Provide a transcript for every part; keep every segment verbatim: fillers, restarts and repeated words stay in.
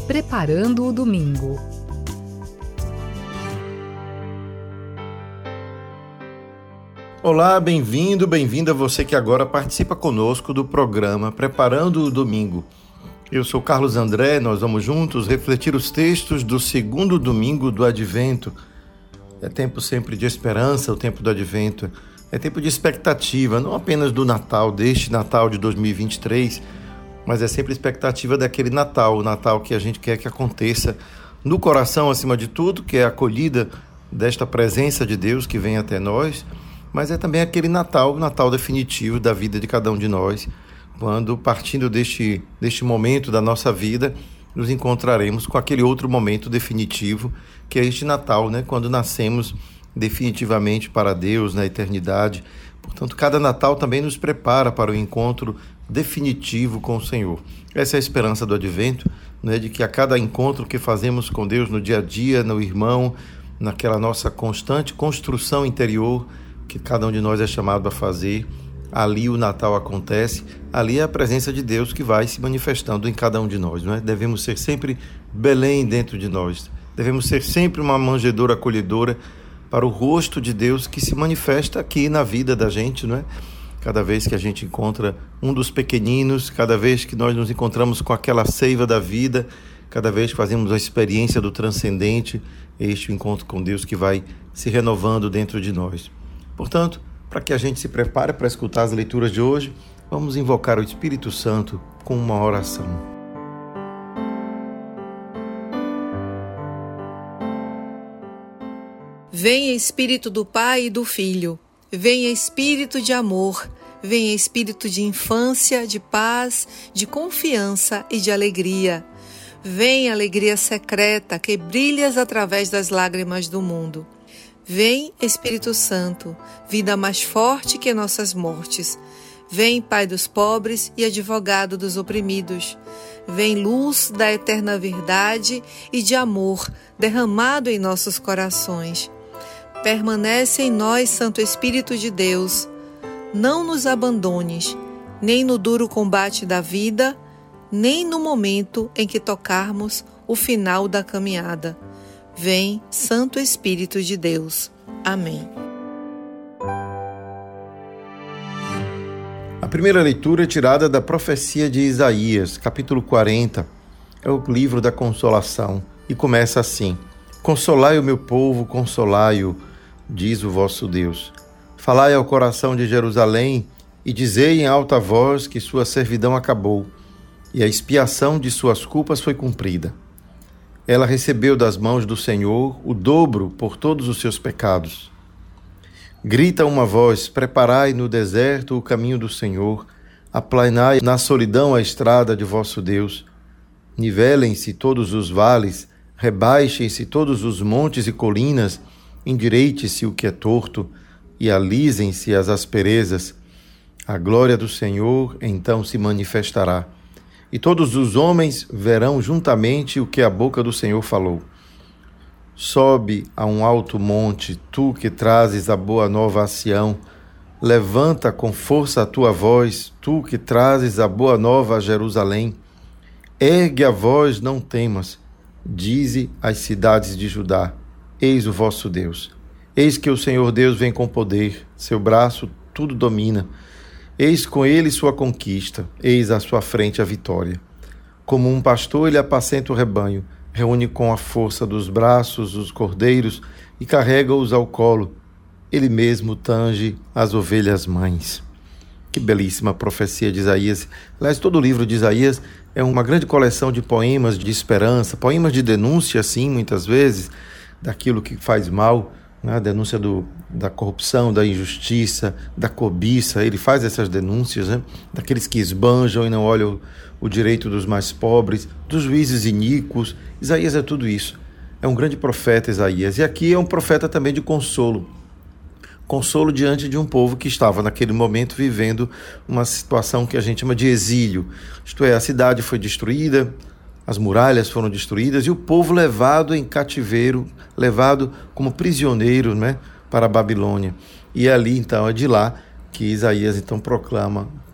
Preparando o Domingo. Olá, bem-vindo, bem-vinda você que agora participa conosco do programa Preparando o Domingo. Eu sou Carlos André, nós vamos juntos refletir os textos do segundo domingo do Advento. É tempo sempre de esperança, o tempo do Advento. É tempo de expectativa, não apenas do Natal, deste Natal de dois mil e vinte e três, mas é sempre expectativa daquele Natal, o Natal que a gente quer que aconteça no coração acima de tudo, que é a acolhida desta presença de Deus que vem até nós, mas é também aquele Natal, o Natal definitivo da vida de cada um de nós, quando, partindo deste, deste momento da nossa vida, nos encontraremos com aquele outro momento definitivo, que é este Natal, né? Quando nascemos definitivamente para Deus na eternidade. Portanto, cada Natal também nos prepara para o encontro definitivo com o Senhor. Essa é a esperança do Advento, né? De que a cada encontro que fazemos com Deus no dia a dia, no irmão, naquela nossa constante construção interior, que cada um de nós é chamado a fazer, ali o Natal acontece, ali é a presença de Deus que vai se manifestando em cada um de nós, não é? Devemos ser sempre Belém dentro de nós, devemos ser sempre uma manjedoura acolhedora para o rosto de Deus que se manifesta aqui na vida da gente, não é? Cada vez que a gente encontra um dos pequeninos, cada vez que nós nos encontramos com aquela seiva da vida, cada vez que fazemos a experiência do transcendente, este encontro com Deus que vai se renovando dentro de nós. Portanto, para que a gente se prepare para escutar as leituras de hoje, vamos invocar o Espírito Santo com uma oração. Venha Espírito do Pai e do Filho, venha Espírito de amor, venha Espírito de infância, de paz, de confiança e de alegria. Venha alegria secreta que brilhas através das lágrimas do mundo. Vem, Espírito Santo, vida mais forte que nossas mortes. Vem, Pai dos pobres e advogado dos oprimidos. Vem, luz da eterna verdade e de amor derramado em nossos corações. Permanece em nós, Santo Espírito de Deus. Não nos abandones, nem no duro combate da vida, nem no momento em que tocarmos o final da caminhada. Vem, Santo Espírito de Deus. Amém. A primeira leitura é tirada da profecia de Isaías, capítulo quarenta. É o livro da consolação e começa assim: Consolai o meu povo, consolai-o, diz o vosso Deus. Falai ao coração de Jerusalém e dizei em alta voz que sua servidão acabou e a expiação de suas culpas foi cumprida. Ela recebeu das mãos do Senhor o dobro por todos os seus pecados. Grita uma voz: preparai no deserto o caminho do Senhor, aplanai na solidão a estrada de vosso Deus. Nivelem-se todos os vales, rebaixem-se todos os montes e colinas, endireite-se o que é torto, e alisem-se as asperezas. A glória do Senhor então se manifestará, e todos os homens verão juntamente o que a boca do Senhor falou. Sobe a um alto monte, tu que trazes a boa nova a Sião. Levanta com força a tua voz, tu que trazes a boa nova a Jerusalém. Ergue a voz, não temas. Dize às cidades de Judá: eis o vosso Deus. Eis que o Senhor Deus vem com poder, seu braço tudo domina. Eis com ele sua conquista, eis à sua frente a vitória. Como um pastor ele apacenta o rebanho, reúne com a força dos braços os cordeiros e carrega-os ao colo. Ele mesmo tange as ovelhas mães. Que belíssima profecia de Isaías. Aliás, todo o livro de Isaías é uma grande coleção de poemas de esperança, poemas de denúncia, sim, muitas vezes, daquilo que faz mal, a denúncia do, da corrupção, da injustiça, da cobiça. Ele faz essas denúncias, né? Daqueles que esbanjam e não olham o direito dos mais pobres, dos juízes iníquos. Isaías é tudo isso. É um grande profeta, Isaías. E aqui é um profeta também de consolo. Consolo diante de um povo que estava naquele momento vivendo uma situação que a gente chama de exílio. Isto é, a cidade foi destruída, as muralhas foram destruídas e o povo levado em cativeiro, levado como prisioneiro, né, para a Babilônia. E ali, então, é de lá que Isaías então proclama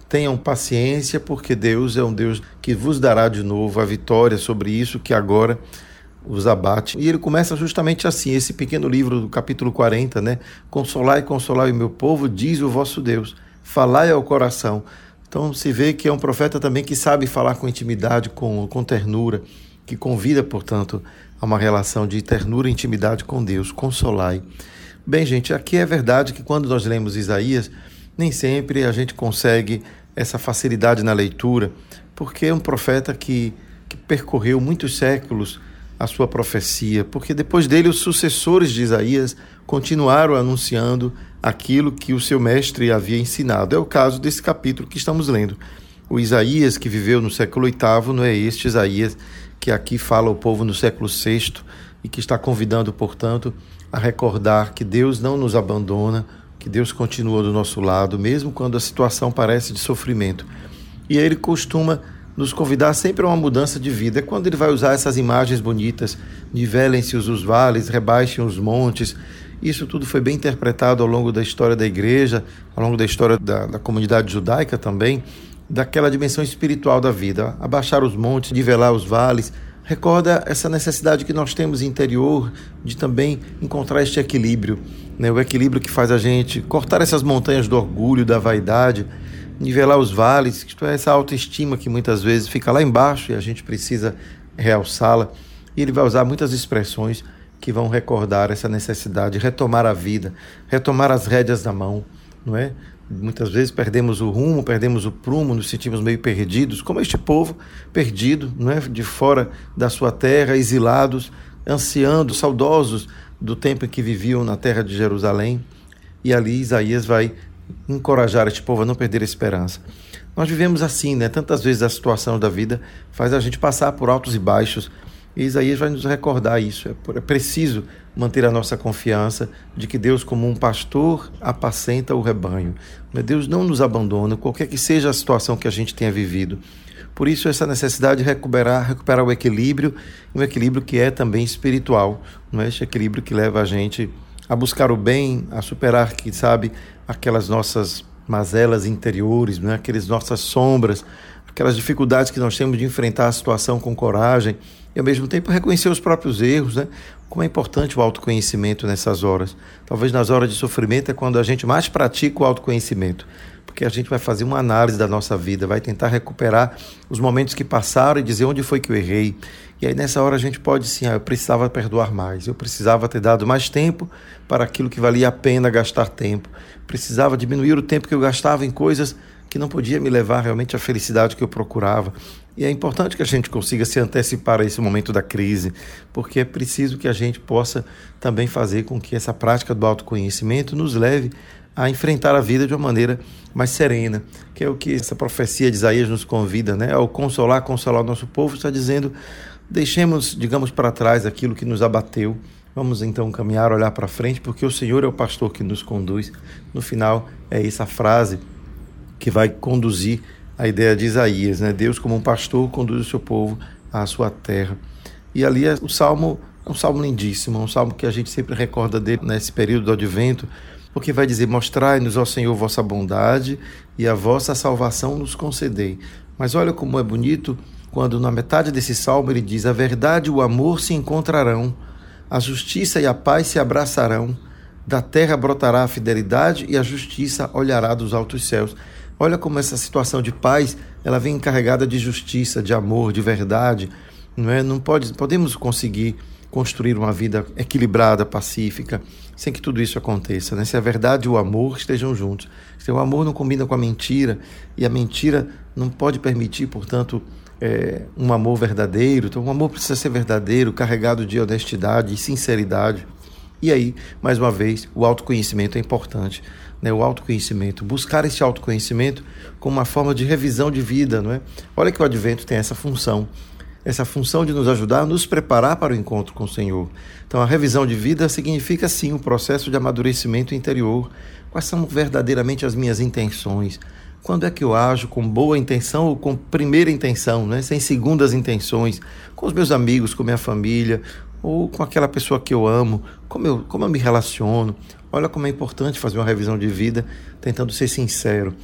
tenham paciência, porque Deus é um Deus que vos dará de novo a vitória sobre isso que agora os abate. E ele começa justamente assim, esse pequeno livro do capítulo quarenta, né? Consolai, consolai o meu povo, diz o vosso Deus, falai ao coração. Então se vê que é um profeta também que sabe falar com intimidade, com, com ternura, que convida, portanto, a uma relação de ternura e intimidade com Deus. Consolai. Bem, gente, aqui é verdade que quando nós lemos Isaías, nem sempre a gente consegue essa facilidade na leitura, porque é um profeta que, que percorreu muitos séculos a sua profecia, porque depois dele os sucessores de Isaías continuaram anunciando aquilo que o seu mestre havia ensinado. É o caso desse capítulo que estamos lendo. O Isaías que viveu no século oitavo não é este Isaías que aqui fala ao povo no século sexto e que está convidando, portanto, a recordar que Deus não nos abandona, que Deus continua do nosso lado, mesmo quando a situação parece de sofrimento. E ele costuma nos convidar sempre a uma mudança de vida. É quando ele vai usar essas imagens bonitas, nivelem-se os vales, rebaixem os montes. Isso tudo foi bem interpretado ao longo da história da igreja, ao longo da história da, da comunidade judaica também, daquela dimensão espiritual da vida. Abaixar os montes, nivelar os vales, recorda essa necessidade que nós temos interior de também encontrar este equilíbrio, né? O equilíbrio que faz a gente cortar essas montanhas do orgulho, da vaidade, nivelar os vales, isto é, essa autoestima que muitas vezes fica lá embaixo e a gente precisa realçá-la. E ele vai usar muitas expressões que vão recordar essa necessidade de retomar a vida, retomar as rédeas da mão, não é? Muitas vezes perdemos o rumo, perdemos o prumo, nos sentimos meio perdidos, como este povo perdido, não é? De fora da sua terra, exilados, ansiando, saudosos do tempo em que viviam na terra de Jerusalém. E ali Isaías vai encorajar este povo a não perder a esperança. Nós vivemos assim, né? Tantas vezes a situação da vida faz a gente passar por altos e baixos, e Isaías vai nos recordar isso. É preciso manter a nossa confiança de que Deus, como um pastor, apacenta o rebanho. Deus não nos abandona, qualquer que seja a situação que a gente tenha vivido. Por isso, essa necessidade de recuperar, recuperar o equilíbrio, um equilíbrio que é também espiritual, não é? Este equilíbrio que leva a gente a buscar o bem, a superar, quem sabe, aquelas nossas mazelas interiores, não é? Aquelas nossas sombras, aquelas dificuldades que nós temos de enfrentar a situação com coragem e, ao mesmo tempo, reconhecer os próprios erros, né? Como é importante o autoconhecimento nessas horas. Talvez nas horas de sofrimento é quando a gente mais pratica o autoconhecimento, porque a gente vai fazer uma análise da nossa vida, vai tentar recuperar os momentos que passaram e dizer onde foi que eu errei. E aí nessa hora a gente pode sim, ah, eu precisava perdoar mais, eu precisava ter dado mais tempo para aquilo que valia a pena gastar tempo, precisava diminuir o tempo que eu gastava em coisas que não podia me levar realmente à felicidade que eu procurava. E é importante que a gente consiga se antecipar a esse momento da crise, porque é preciso que a gente possa também fazer com que essa prática do autoconhecimento nos leve a enfrentar a vida de uma maneira mais serena, que é o que essa profecia de Isaías nos convida, né? Ao consolar, consolar o nosso povo, está dizendo, deixemos, digamos, para trás aquilo que nos abateu, vamos então caminhar, olhar para frente, porque o Senhor é o pastor que nos conduz. No final, é essa frase que vai conduzir a ideia de Isaías, né? Deus, como um pastor, conduz o seu povo à sua terra. E ali é o salmo, é um salmo lindíssimo, é um salmo que a gente sempre recorda dele nesse período do advento, porque vai dizer, mostrai-nos, ó Senhor, vossa bondade e a vossa salvação nos concedei. Mas olha como é bonito quando na metade desse salmo ele diz, a verdade e o amor se encontrarão, a justiça e a paz se abraçarão, da terra brotará a fidelidade e a justiça olhará dos altos céus. Olha como essa situação de paz, ela vem encarregada de justiça, de amor, de verdade. Não é? Não pode, podemos conseguir construir uma vida equilibrada, pacífica, sem que tudo isso aconteça, né? Se a verdade e o amor estejam juntos. Se o amor não combina com a mentira, e a mentira não pode permitir, portanto, é, um amor verdadeiro. Então, o amor precisa ser verdadeiro, carregado de honestidade e sinceridade. E aí, mais uma vez, o autoconhecimento é importante, né? O autoconhecimento, buscar esse autoconhecimento como uma forma de revisão de vida, não é? Olha que o Advento tem essa função, essa função de nos ajudar a nos preparar para o encontro com o Senhor. Então, a revisão de vida significa, sim, um processo de amadurecimento interior. Quais são verdadeiramente as minhas intenções? Quando é que eu ajo com boa intenção ou com primeira intenção, né? Sem segundas intenções, com os meus amigos, com minha família, ou com aquela pessoa que eu amo, como eu, como eu me relaciono. Olha como é importante fazer uma revisão de vida, tentando ser sincero.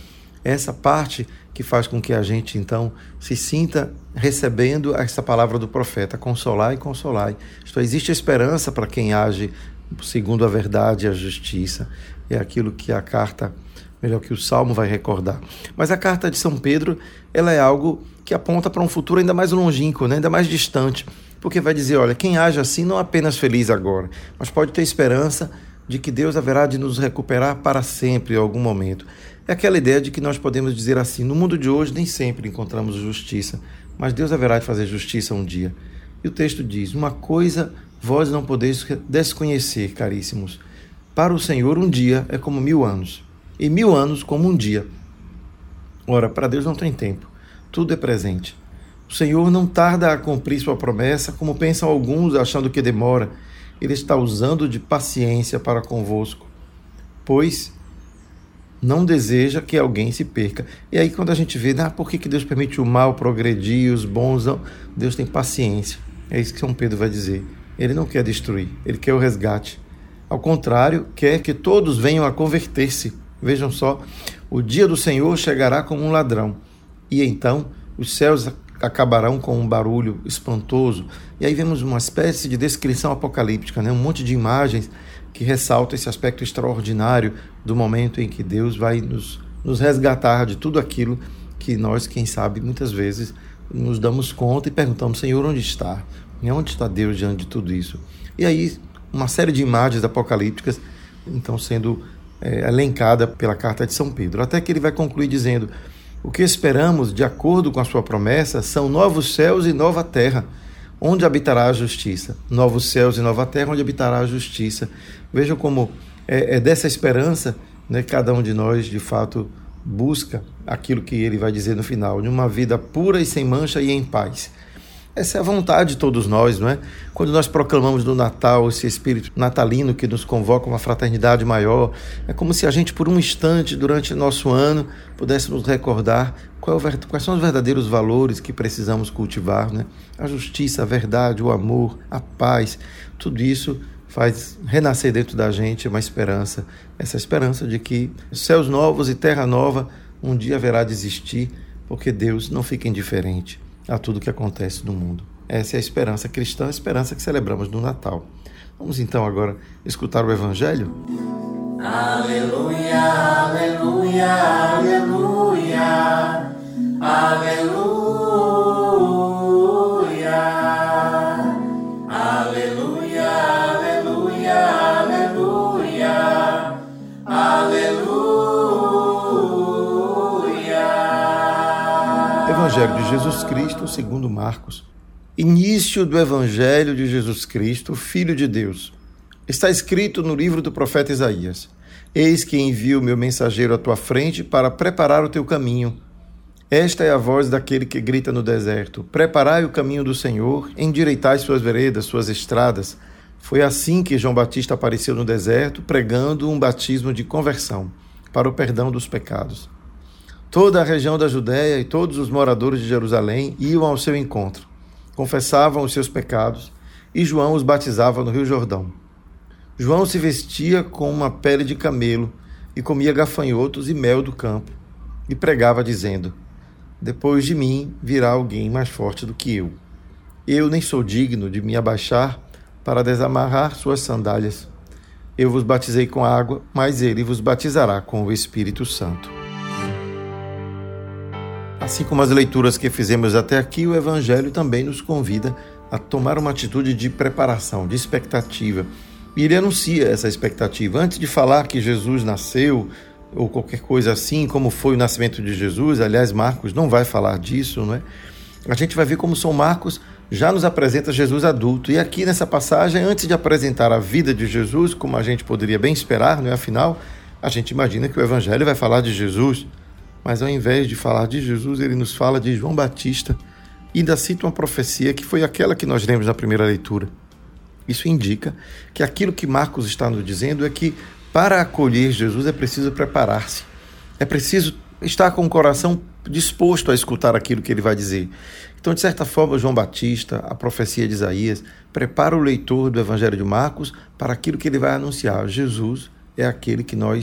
essa parte que faz com que a gente, então, se sinta recebendo essa palavra do profeta, consolai e consolai. Isto, existe esperança para quem age segundo a verdade e a justiça. É aquilo que a carta, melhor que o Salmo vai recordar. Mas a carta de São Pedro, ela é algo que aponta para um futuro ainda mais longínquo, né? Ainda mais distante, porque vai dizer, olha, quem age assim não é apenas feliz agora, mas pode ter esperança de que Deus haverá de nos recuperar para sempre em algum momento. É aquela ideia de que nós podemos dizer assim, no mundo de hoje nem sempre encontramos justiça, mas Deus haverá de fazer justiça um dia. E o texto diz, uma coisa vós não podeis desconhecer, caríssimos, para o Senhor um dia é como mil anos, e mil anos como um dia. Ora, para Deus não tem tempo, tudo é presente. O Senhor não tarda a cumprir sua promessa, como pensam alguns achando que demora. Ele está usando de paciência para convosco, pois não deseja que alguém se perca. E aí quando a gente vê, ah, por que que Deus permite o mal progredir, os bons não? Deus tem paciência. É isso que São Pedro vai dizer. Ele não quer destruir, ele quer o resgate. Ao contrário, quer que todos venham a converter-se. Vejam só, o dia do Senhor chegará como um ladrão, e então os céus acabarão com um barulho espantoso. E aí vemos uma espécie de descrição apocalíptica, né? Um monte de imagens que ressaltam esse aspecto extraordinário do momento em que Deus vai nos, nos resgatar de tudo aquilo que nós, quem sabe, muitas vezes nos damos conta e perguntamos, Senhor, onde está? E onde está Deus diante de tudo isso? E aí, uma série de imagens apocalípticas, então, sendo é, elencada pela carta de São Pedro, até que ele vai concluir dizendo, o que esperamos, de acordo com a sua promessa, são novos céus e nova terra, onde habitará a justiça. Novos céus e nova terra, onde habitará a justiça. Vejam como é, é dessa esperança, né, cada um de nós, de fato, busca aquilo que ele vai dizer no final, de uma vida pura e sem mancha e em paz. Essa é a vontade de todos nós, não é? Quando nós proclamamos no Natal esse espírito natalino que nos convoca a uma fraternidade maior, é como se a gente, por um instante, durante o nosso ano, pudesse nos recordar qual é o, quais são os verdadeiros valores que precisamos cultivar, né? A justiça, a verdade, o amor, a paz, tudo isso faz renascer dentro da gente uma esperança, essa esperança de que céus novos e terra nova um dia haverá de existir, porque Deus não fica indiferente a tudo que acontece no mundo. Essa é a esperança cristã, a esperança que celebramos no Natal. Vamos então agora escutar o Evangelho? Aleluia, aleluia, aleluia, aleluia, aleluia, aleluia, aleluia, aleluia. Evangelho de Jesus Cristo segundo Marcos. Início do Evangelho de Jesus Cristo, Filho de Deus. Está escrito no livro do profeta Isaías: Eis que envio meu mensageiro à tua frente para preparar o teu caminho. Esta é a voz daquele que grita no deserto: Preparai o caminho do Senhor, endireitai suas veredas, suas estradas. Foi assim que João Batista apareceu no deserto, pregando um batismo de conversão para o perdão dos pecados. Toda a região da Judéia e todos os moradores de Jerusalém iam ao seu encontro, confessavam os seus pecados, e João os batizava no Rio Jordão. João se vestia com uma pele de camelo e comia gafanhotos e mel do campo, e pregava dizendo: Depois de mim virá alguém mais forte do que eu. Eu nem sou digno de me abaixar para desamarrar suas sandálias. Eu vos batizei com água, mas ele vos batizará com o Espírito Santo. Assim como as leituras que fizemos até aqui, o Evangelho também nos convida a tomar uma atitude de preparação, de expectativa. E ele anuncia essa expectativa. Antes de falar que Jesus nasceu, ou qualquer coisa assim, como foi o nascimento de Jesus, aliás, Marcos não vai falar disso, não é? A gente vai ver como São Marcos já nos apresenta Jesus adulto. E aqui nessa passagem, antes de apresentar a vida de Jesus, como a gente poderia bem esperar, não é? Afinal, a gente imagina que o Evangelho vai falar de Jesus. Mas ao invés de falar de Jesus, ele nos fala de João Batista e ainda cita uma profecia que foi aquela que nós lemos na primeira leitura. Isso indica que aquilo que Marcos está nos dizendo é que para acolher Jesus é preciso preparar-se. É preciso estar com o coração disposto a escutar aquilo que ele vai dizer. Então, de certa forma, João Batista, a profecia de Isaías, prepara o leitor do Evangelho de Marcos para aquilo que ele vai anunciar. Jesus é aquele que nós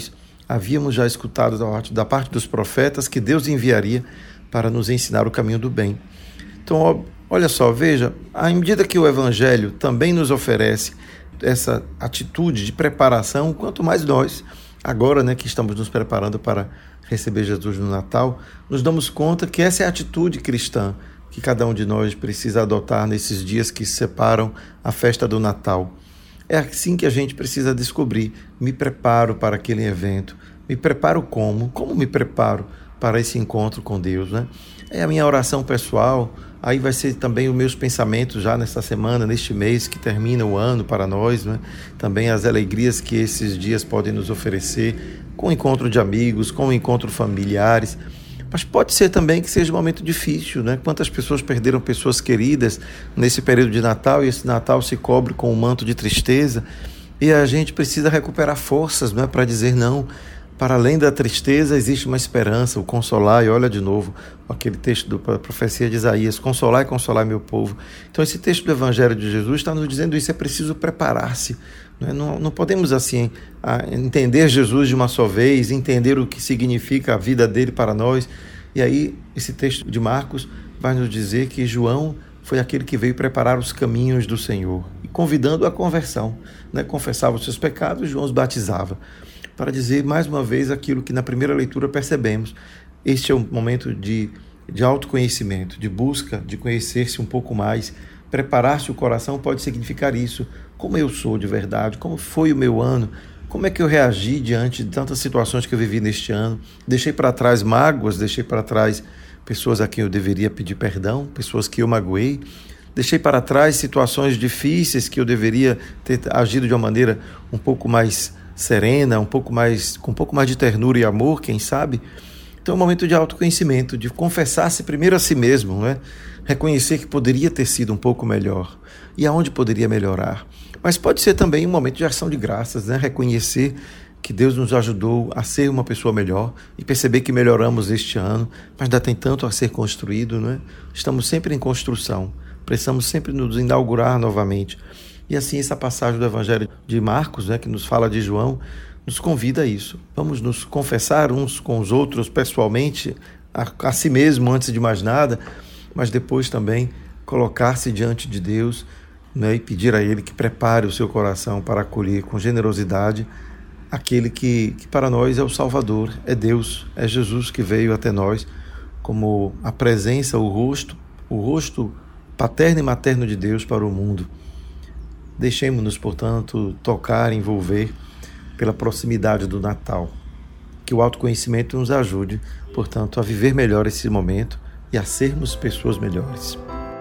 havíamos já escutado da parte, da parte dos profetas que Deus enviaria para nos ensinar o caminho do bem. Então, olha só, veja, à medida que o Evangelho também nos oferece essa atitude de preparação, quanto mais nós, agora, né, que estamos nos preparando para receber Jesus no Natal, nos damos conta que essa é a atitude cristã que cada um de nós precisa adotar nesses dias que separam a festa do Natal. É assim que a gente precisa descobrir, me preparo para aquele evento, me preparo como? Como me preparo para esse encontro com Deus, né? É a minha oração pessoal, aí vai ser também os meus pensamentos já nesta semana, neste mês que termina o ano para nós, né? Também as alegrias que esses dias podem nos oferecer, com o encontro de amigos, com o encontro familiares. Mas pode ser também que seja um momento difícil, né? Quantas pessoas perderam pessoas queridas nesse período de Natal e esse Natal se cobre com um manto de tristeza e a gente precisa recuperar forças, né? Para dizer não. Para além da tristeza existe uma esperança, o consolar, e olha de novo aquele texto da profecia de Isaías, consolar e consolar meu povo. Então esse texto do Evangelho de Jesus está nos dizendo isso, é preciso preparar-se. Não, não, não podemos assim entender Jesus de uma só vez, entender o que significa a vida dele para nós. E aí esse texto de Marcos vai nos dizer que João foi aquele que veio preparar os caminhos do Senhor, e convidando a conversão, né? Confessava os seus pecados, João os batizava. Para dizer mais uma vez aquilo que na primeira leitura percebemos. Este é um momento de, de autoconhecimento, de busca, de conhecer-se um pouco mais. Preparar-se o coração pode significar isso. Como eu sou de verdade? Como foi o meu ano? Como é que eu reagi diante de tantas situações que eu vivi neste ano? Deixei para trás mágoas, deixei para trás pessoas a quem eu deveria pedir perdão, pessoas que eu magoei. Deixei para trás situações difíceis que eu deveria ter agido de uma maneira um pouco mais serena, um pouco mais, com um pouco mais de ternura e amor, quem sabe? Então é um momento de autoconhecimento, de confessar-se primeiro a si mesmo, não é? Reconhecer que poderia ter sido um pouco melhor e aonde poderia melhorar. Mas pode ser também um momento de ação de graças, né? Reconhecer que Deus nos ajudou a ser uma pessoa melhor e perceber que melhoramos este ano, mas ainda tem tanto a ser construído, não é? Estamos sempre em construção, precisamos sempre nos inaugurar novamente. E assim essa passagem do Evangelho de Marcos, né, que nos fala de João, nos convida a isso. Vamos nos confessar uns com os outros pessoalmente, a, a si mesmo antes de mais nada, mas depois também colocar-se diante de Deus, né, e pedir a Ele que prepare o seu coração para acolher com generosidade aquele que, que para nós é o Salvador, é Deus, é Jesus que veio até nós como a presença, o rosto, o rosto paterno e materno de Deus para o mundo. Deixemos-nos, portanto, tocar, envolver pela proximidade do Natal. Que o autoconhecimento nos ajude, portanto, a viver melhor esse momento e a sermos pessoas melhores.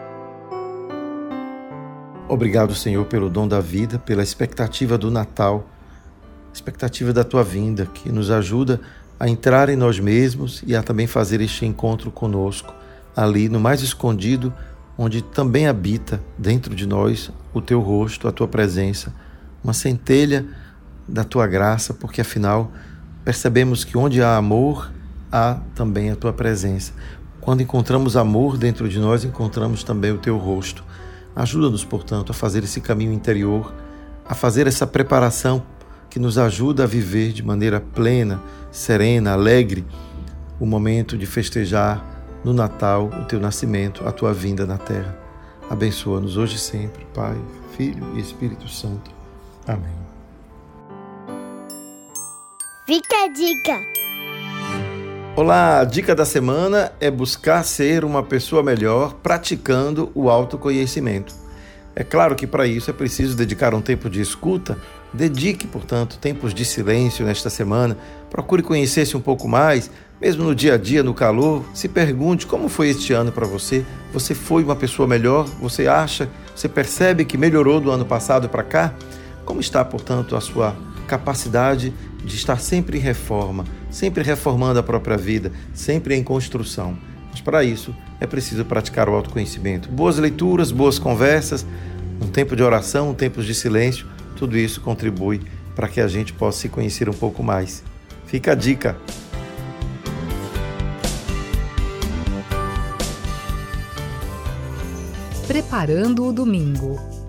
Obrigado, Senhor, pelo dom da vida, pela expectativa do Natal, expectativa da Tua vinda, que nos ajuda a entrar em nós mesmos e a também fazer este encontro conosco, ali no mais escondido, onde também habita dentro de nós o Teu rosto, a Tua presença, uma centelha da Tua graça, porque afinal percebemos que onde há amor, há também a Tua presença. Quando encontramos amor dentro de nós, encontramos também o Teu rosto. Ajuda-nos, portanto, a fazer esse caminho interior, a fazer essa preparação que nos ajuda a viver de maneira plena, serena, alegre, o momento de festejar no Natal o Teu nascimento, a Tua vinda na terra. Abençoa-nos hoje e sempre, Pai, Filho e Espírito Santo. Amém. Fica a dica! Olá, a dica da semana é buscar ser uma pessoa melhor praticando o autoconhecimento. É claro que para isso é preciso dedicar um tempo de escuta. Dedique, portanto, tempos de silêncio nesta semana. Procure conhecer-se um pouco mais, mesmo no dia a dia, no calor. Se pergunte como foi este ano para você. Você foi uma pessoa melhor? Você acha? Você percebe que melhorou do ano passado para cá? Como está, portanto, a sua capacidade de estar sempre em reforma, sempre reformando a própria vida, sempre em construção? Mas para isso é preciso praticar o autoconhecimento. Boas leituras, boas conversas, um tempo de oração, um tempo de silêncio, tudo isso contribui para que a gente possa se conhecer um pouco mais. Fica a dica! Preparando o domingo.